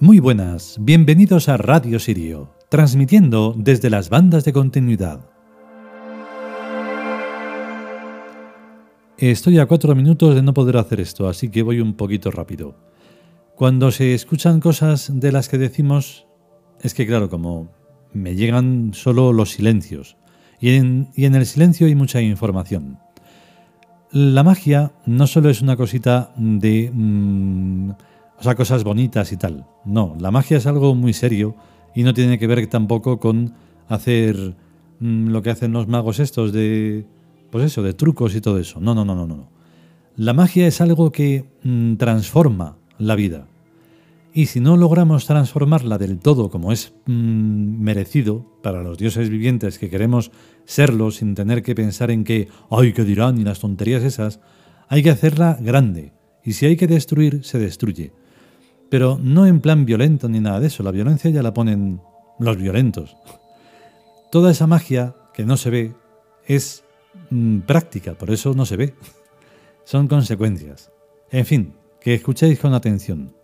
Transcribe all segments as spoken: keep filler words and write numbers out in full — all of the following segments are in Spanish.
Muy buenas, bienvenidos a Radio Sirio, transmitiendo desde las bandas de continuidad. Estoy a cuatro minutos de no poder hacer esto, así que voy un poquito rápido. Cuando se escuchan cosas de las que decimos, es que claro, como me llegan solo los silencios, y en, y en el silencio hay mucha información. La magia no solo es una cosita de... Mmm, o sea, cosas bonitas y tal. No, la magia es algo muy serio y no tiene que ver tampoco con hacer mmm, lo que hacen los magos estos de... Pues eso, de trucos y todo eso. No, no, no, no, no. La magia es algo que mmm, transforma la vida. Y si no logramos transformarla del todo como es mmm, merecido para los dioses vivientes que queremos serlo sin tener que pensar en que ¡ay, qué dirán! Y las tonterías esas, hay que hacerla grande. Y si hay que destruir, se destruye. Pero no en plan violento ni nada de eso. La violencia ya la ponen los violentos. Toda esa magia que no se ve es mmm, práctica, por eso no se ve. Son consecuencias. En fin, que escuchéis con atención.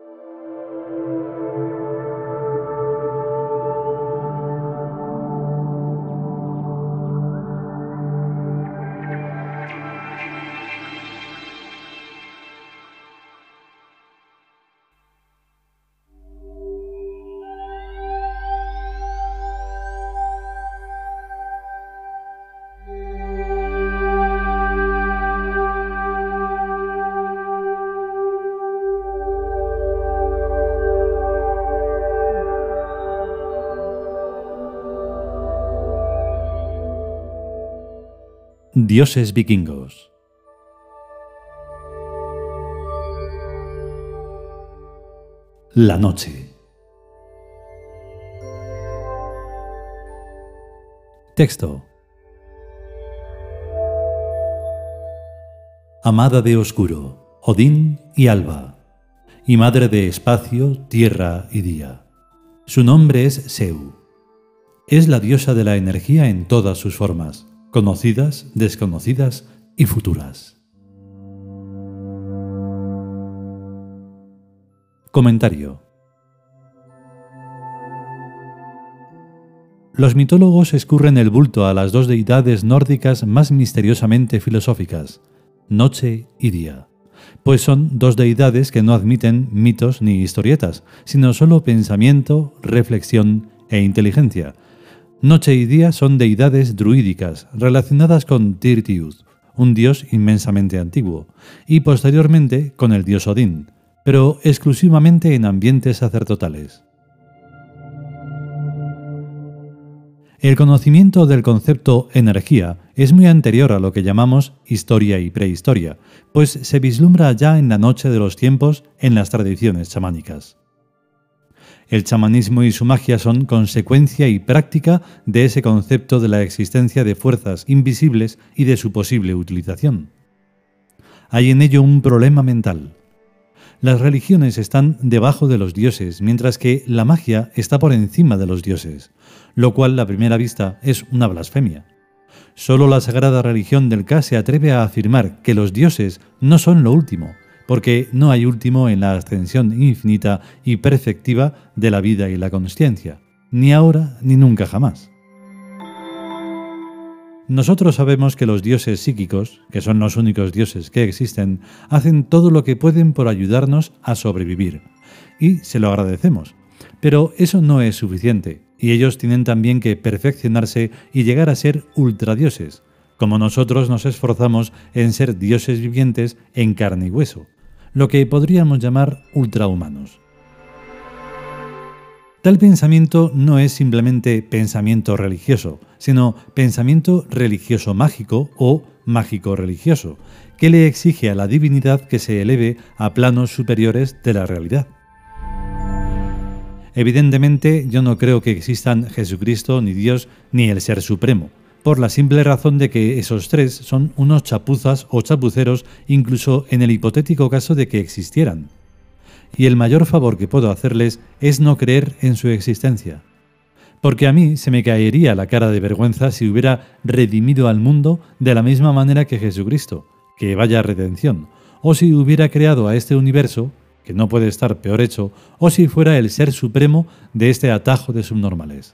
Dioses vikingos. La noche. Texto. Amada de oscuro, Odín y Alba, y madre de espacio, tierra y día. Su nombre es Seu. Es la diosa de la energía en todas sus formas, conocidas, desconocidas y futuras. Comentario. Los mitólogos escurren el bulto a las dos deidades nórdicas más misteriosamente filosóficas, noche y día, pues son dos deidades que no admiten mitos ni historietas, sino solo pensamiento, reflexión e inteligencia. Noche y día son deidades druídicas relacionadas con Tirtiud, un dios inmensamente antiguo, y posteriormente con el dios Odín, pero exclusivamente en ambientes sacerdotales. El conocimiento del concepto energía es muy anterior a lo que llamamos historia y prehistoria, pues se vislumbra ya en la noche de los tiempos en las tradiciones chamánicas. El chamanismo y su magia son consecuencia y práctica de ese concepto de la existencia de fuerzas invisibles y de su posible utilización. Hay en ello un problema mental. Las religiones están debajo de los dioses, mientras que la magia está por encima de los dioses, lo cual a primera vista es una blasfemia. Solo la sagrada religión del Ka se atreve a afirmar que los dioses no son lo último, porque no hay último en la ascensión infinita y perfectiva de la vida y la consciencia, ni ahora ni nunca jamás. Nosotros sabemos que los dioses psíquicos, que son los únicos dioses que existen, hacen todo lo que pueden por ayudarnos a sobrevivir, y se lo agradecemos. Pero eso no es suficiente, y ellos tienen también que perfeccionarse y llegar a ser ultradioses, como nosotros nos esforzamos en ser dioses vivientes en carne y hueso, lo que podríamos llamar ultrahumanos. Tal pensamiento no es simplemente pensamiento religioso, sino pensamiento religioso mágico o mágico religioso, que le exige a la divinidad que se eleve a planos superiores de la realidad. Evidentemente, yo no creo que existan Jesucristo, ni Dios, ni el Ser Supremo, por la simple razón de que esos tres son unos chapuzas o chapuceros incluso en el hipotético caso de que existieran. Y el mayor favor que puedo hacerles es no creer en su existencia. Porque a mí se me caería la cara de vergüenza si hubiera redimido al mundo de la misma manera que Jesucristo, que vaya redención, o si hubiera creado a este universo, que no puede estar peor hecho, o si fuera el ser supremo de este atajo de subnormales.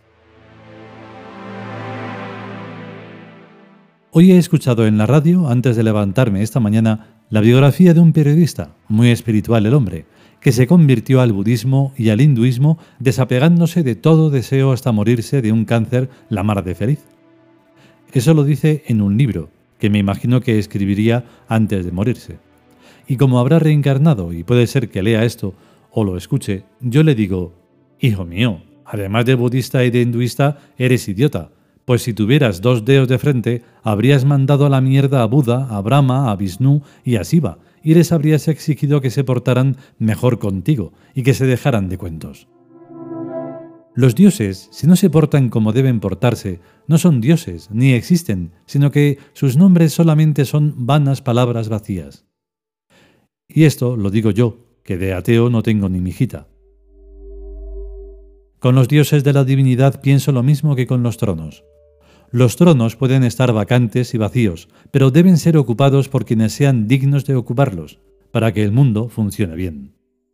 Hoy he escuchado en la radio, antes de levantarme esta mañana, la biografía de un periodista, muy espiritual el hombre, que se convirtió al budismo y al hinduismo desapegándose de todo deseo hasta morirse de un cáncer la mar de feliz. Eso lo dice en un libro, que me imagino que escribiría antes de morirse. Y como habrá reencarnado y puede ser que lea esto o lo escuche, yo le digo, hijo mío, además de budista y de hinduista, eres idiota. Pues si tuvieras dos dedos de frente, habrías mandado a la mierda a Buda, a Brahma, a Vishnu y a Shiva, y les habrías exigido que se portaran mejor contigo y que se dejaran de cuentos. Los dioses, si no se portan como deben portarse, no son dioses, ni existen, sino que sus nombres solamente son vanas palabras vacías. Y esto lo digo yo, que de ateo no tengo ni mijita. Con los dioses de la divinidad pienso lo mismo que con los tronos. Los tronos pueden estar vacantes y vacíos, pero deben ser ocupados por quienes sean dignos de ocuparlos, para que el mundo funcione bien.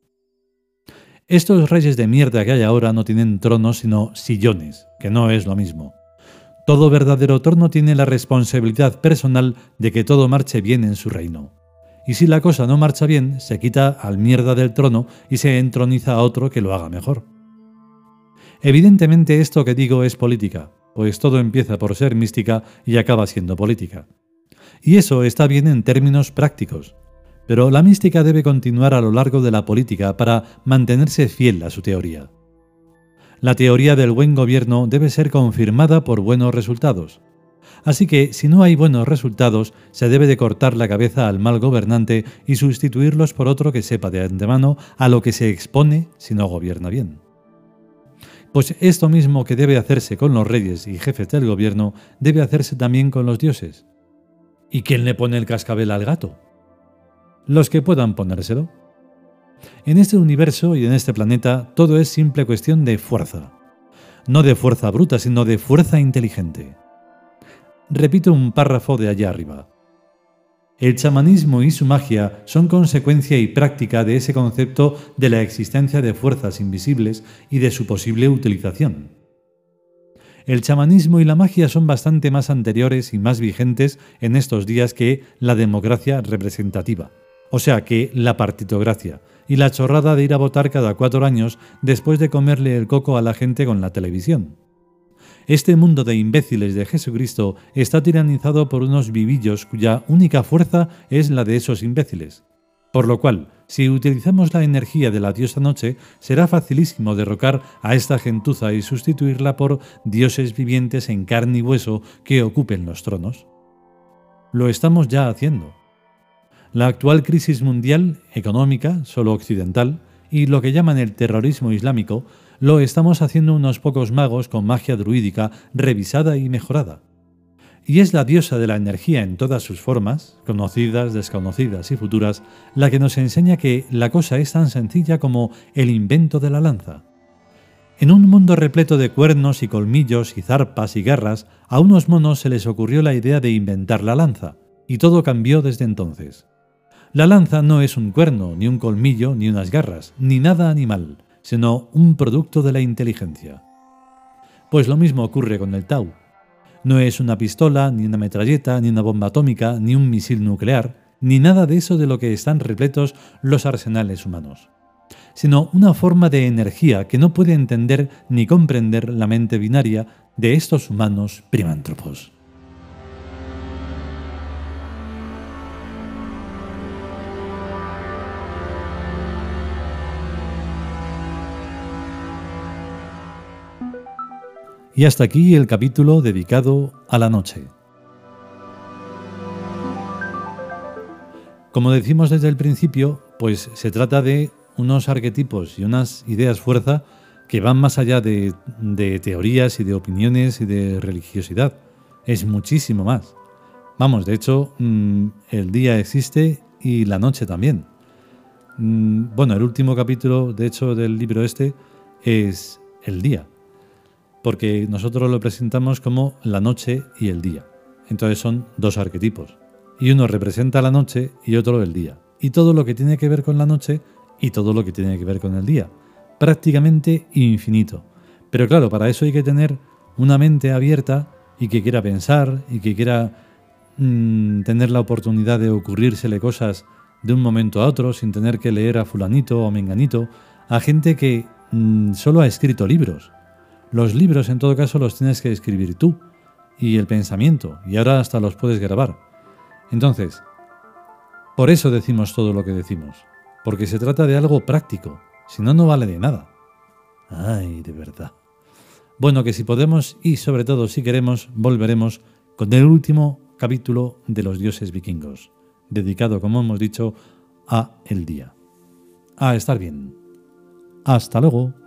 Estos reyes de mierda que hay ahora no tienen tronos sino sillones, que no es lo mismo. Todo verdadero trono tiene la responsabilidad personal de que todo marche bien en su reino. Y si la cosa no marcha bien, se quita al mierda del trono y se entroniza a otro que lo haga mejor. Evidentemente esto que digo es política, pues todo empieza por ser mística y acaba siendo política. Y eso está bien en términos prácticos, pero la mística debe continuar a lo largo de la política para mantenerse fiel a su teoría. La teoría del buen gobierno debe ser confirmada por buenos resultados. Así que, si no hay buenos resultados, se debe de cortar la cabeza al mal gobernante y sustituirlos por otro que sepa de antemano a lo que se expone si no gobierna bien. Pues esto mismo que debe hacerse con los reyes y jefes del gobierno, debe hacerse también con los dioses. ¿Y quién le pone el cascabel al gato? Los que puedan ponérselo. En este universo y en este planeta, todo es simple cuestión de fuerza. No de fuerza bruta, sino de fuerza inteligente. Repito un párrafo de allá arriba. El chamanismo y su magia son consecuencia y práctica de ese concepto de la existencia de fuerzas invisibles y de su posible utilización. El chamanismo y la magia son bastante más anteriores y más vigentes en estos días que la democracia representativa, o sea que la partitocracia y la chorrada de ir a votar cada cuatro años después de comerle el coco a la gente con la televisión. Este mundo de imbéciles de Jesucristo está tiranizado por unos vivillos cuya única fuerza es la de esos imbéciles. Por lo cual, si utilizamos la energía de la diosa noche, será facilísimo derrocar a esta gentuza y sustituirla por dioses vivientes en carne y hueso que ocupen los tronos. Lo estamos ya haciendo. La actual crisis mundial, económica, solo occidental, y lo que llaman el terrorismo islámico, lo estamos haciendo unos pocos magos con magia druídica revisada y mejorada. Y es la diosa de la energía en todas sus formas, conocidas, desconocidas y futuras, la que nos enseña que la cosa es tan sencilla como el invento de la lanza. En un mundo repleto de cuernos y colmillos y zarpas y garras, a unos monos se les ocurrió la idea de inventar la lanza, y todo cambió desde entonces. La lanza no es un cuerno, ni un colmillo, ni unas garras, ni nada animal, sino un producto de la inteligencia. Pues lo mismo ocurre con el Tao. No es una pistola, ni una metralleta, ni una bomba atómica, ni un misil nuclear, ni nada de eso de lo que están repletos los arsenales humanos, sino una forma de energía que no puede entender ni comprender la mente binaria de estos humanos primántropos. Y hasta aquí el capítulo dedicado a la noche. Como decimos desde el principio, pues se trata de unos arquetipos y unas ideas fuerza que van más allá de, de teorías y de opiniones y de religiosidad. Es muchísimo más. Vamos, de hecho, mmm, el día existe y la noche también. Mm, bueno, el último capítulo, de hecho, del libro este es el día, porque nosotros lo presentamos como la noche y el día. Entonces son dos arquetipos. Y uno representa la noche y otro el día. Y todo lo que tiene que ver con la noche y todo lo que tiene que ver con el día. Prácticamente infinito. Pero claro, para eso hay que tener una mente abierta y que quiera pensar y que quiera mmm, tener la oportunidad de ocurrírsele cosas de un momento a otro sin tener que leer a fulanito o menganito, a gente que mmm, solo ha escrito libros. Los libros en todo caso los tienes que escribir tú y el pensamiento, y ahora hasta los puedes grabar. Entonces, por eso decimos todo lo que decimos, porque se trata de algo práctico, si no, no vale de nada. Ay, de verdad. Bueno, que si podemos y sobre todo si queremos, volveremos con el último capítulo de los dioses vikingos, dedicado, como hemos dicho, a el día. A estar bien. Hasta luego.